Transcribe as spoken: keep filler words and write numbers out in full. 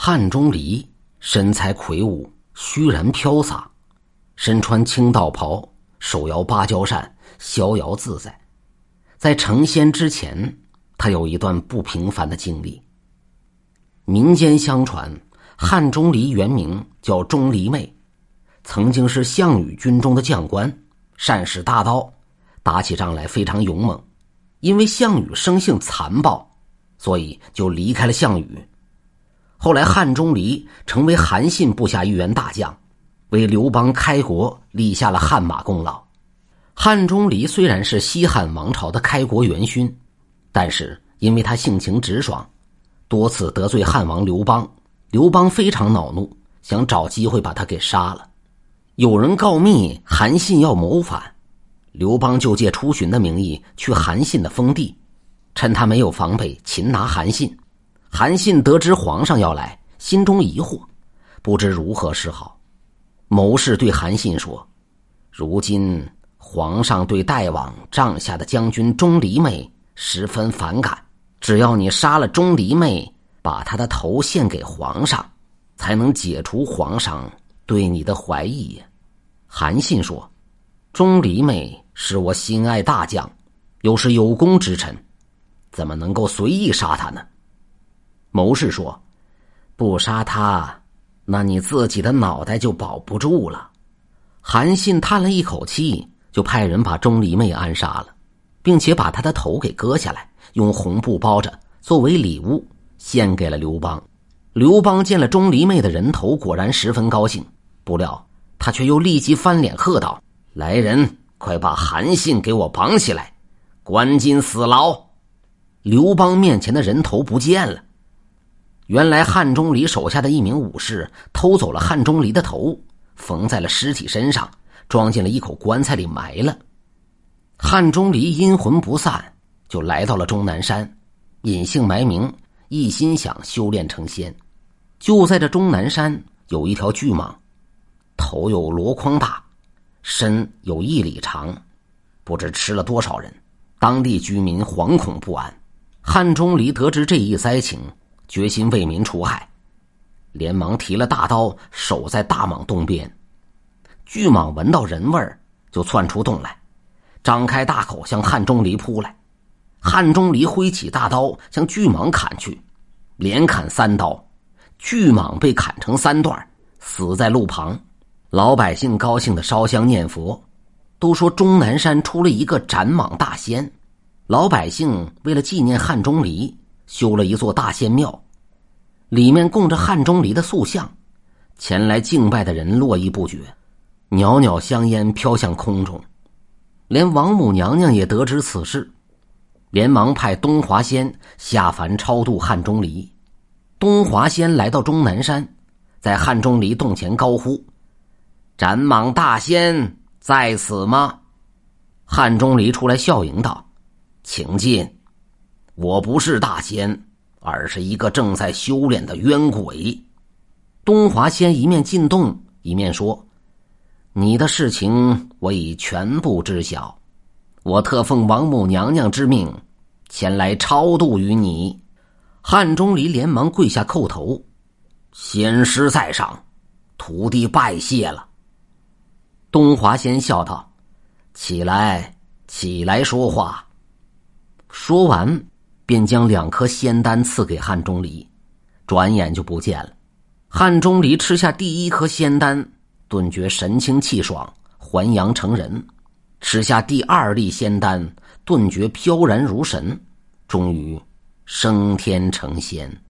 汉钟离身材魁梧，虚然飘洒，身穿青道袍，手摇芭蕉扇，逍遥自在。在成仙之前，他有一段不平凡的经历。民间相传，汉钟离原名叫钟离昧，曾经是项羽军中的将官，善使大刀，打起仗来非常勇猛。因为项羽生性残暴，所以就离开了项羽。后来汉钟离成为韩信部下一员大将，为刘邦开国立下了汗马功劳。汉钟离虽然是西汉王朝的开国元勋，但是因为他性情直爽，多次得罪汉王刘邦，刘邦非常恼怒，想找机会把他给杀了。有人告密韩信要谋反，刘邦就借出巡的名义去韩信的封地，趁他没有防备擒拿韩信。韩信得知皇上要来，心中疑惑，不知如何是好。谋士对韩信说，如今皇上对带往帐下的将军钟离昧十分反感，只要你杀了钟离昧，把他的头献给皇上，才能解除皇上对你的怀疑。韩信说，钟离昧是我心爱大将，又是有功之臣，怎么能够随意杀他呢？谋士说，不杀他，那你自己的脑袋就保不住了。韩信叹了一口气，就派人把钟离昧暗杀了，并且把他的头给割下来，用红布包着，作为礼物献给了刘邦。刘邦见了钟离昧的人头，果然十分高兴，不料他却又立即翻脸喝道，来人，快把韩信给我绑起来，关进死牢。刘邦面前的人头不见了，原来汉钟离手下的一名武士偷走了汉钟离的头，缝在了尸体身上，装进了一口棺材里埋了。汉钟离阴魂不散，就来到了终南山，隐姓埋名，一心想修炼成仙。就在这终南山有一条巨蟒，头有箩筐大，身有一里长，不知吃了多少人，当地居民惶恐不安。汉钟离得知这一灾情，决心为民除害，连忙提了大刀，守在大蟒洞边。巨蟒闻到人味儿，就窜出洞来，张开大口向汉钟离扑来。汉钟离挥起大刀向巨蟒砍去，连砍三刀，巨蟒被砍成三段，死在路旁。老百姓高兴地烧香念佛，都说终南山出了一个斩蟒大仙。老百姓为了纪念汉钟离，修了一座大仙庙，里面供着汉钟离的塑像，前来敬拜的人络绎不绝，袅袅香烟飘向空中。连王母娘娘也得知此事，连忙派东华仙下凡超度汉钟离。东华仙来到终南山，在汉钟离洞前高呼，斩蟒大仙在此吗？汉钟离出来笑迎道，请进，我不是大仙，而是一个正在修炼的冤鬼。东华仙一面进洞，一面说，你的事情我已全部知晓，我特奉王母娘娘之命，前来超度于你。汉钟离连忙跪下叩头，仙师在上，徒弟拜谢了。东华仙笑道，起来，起来说话。说完便将两颗仙丹赐给汉钟离，转眼就不见了。汉钟离吃下第一颗仙丹，顿觉神清气爽，还阳成人；吃下第二粒仙丹，顿觉飘然如神，终于升天成仙。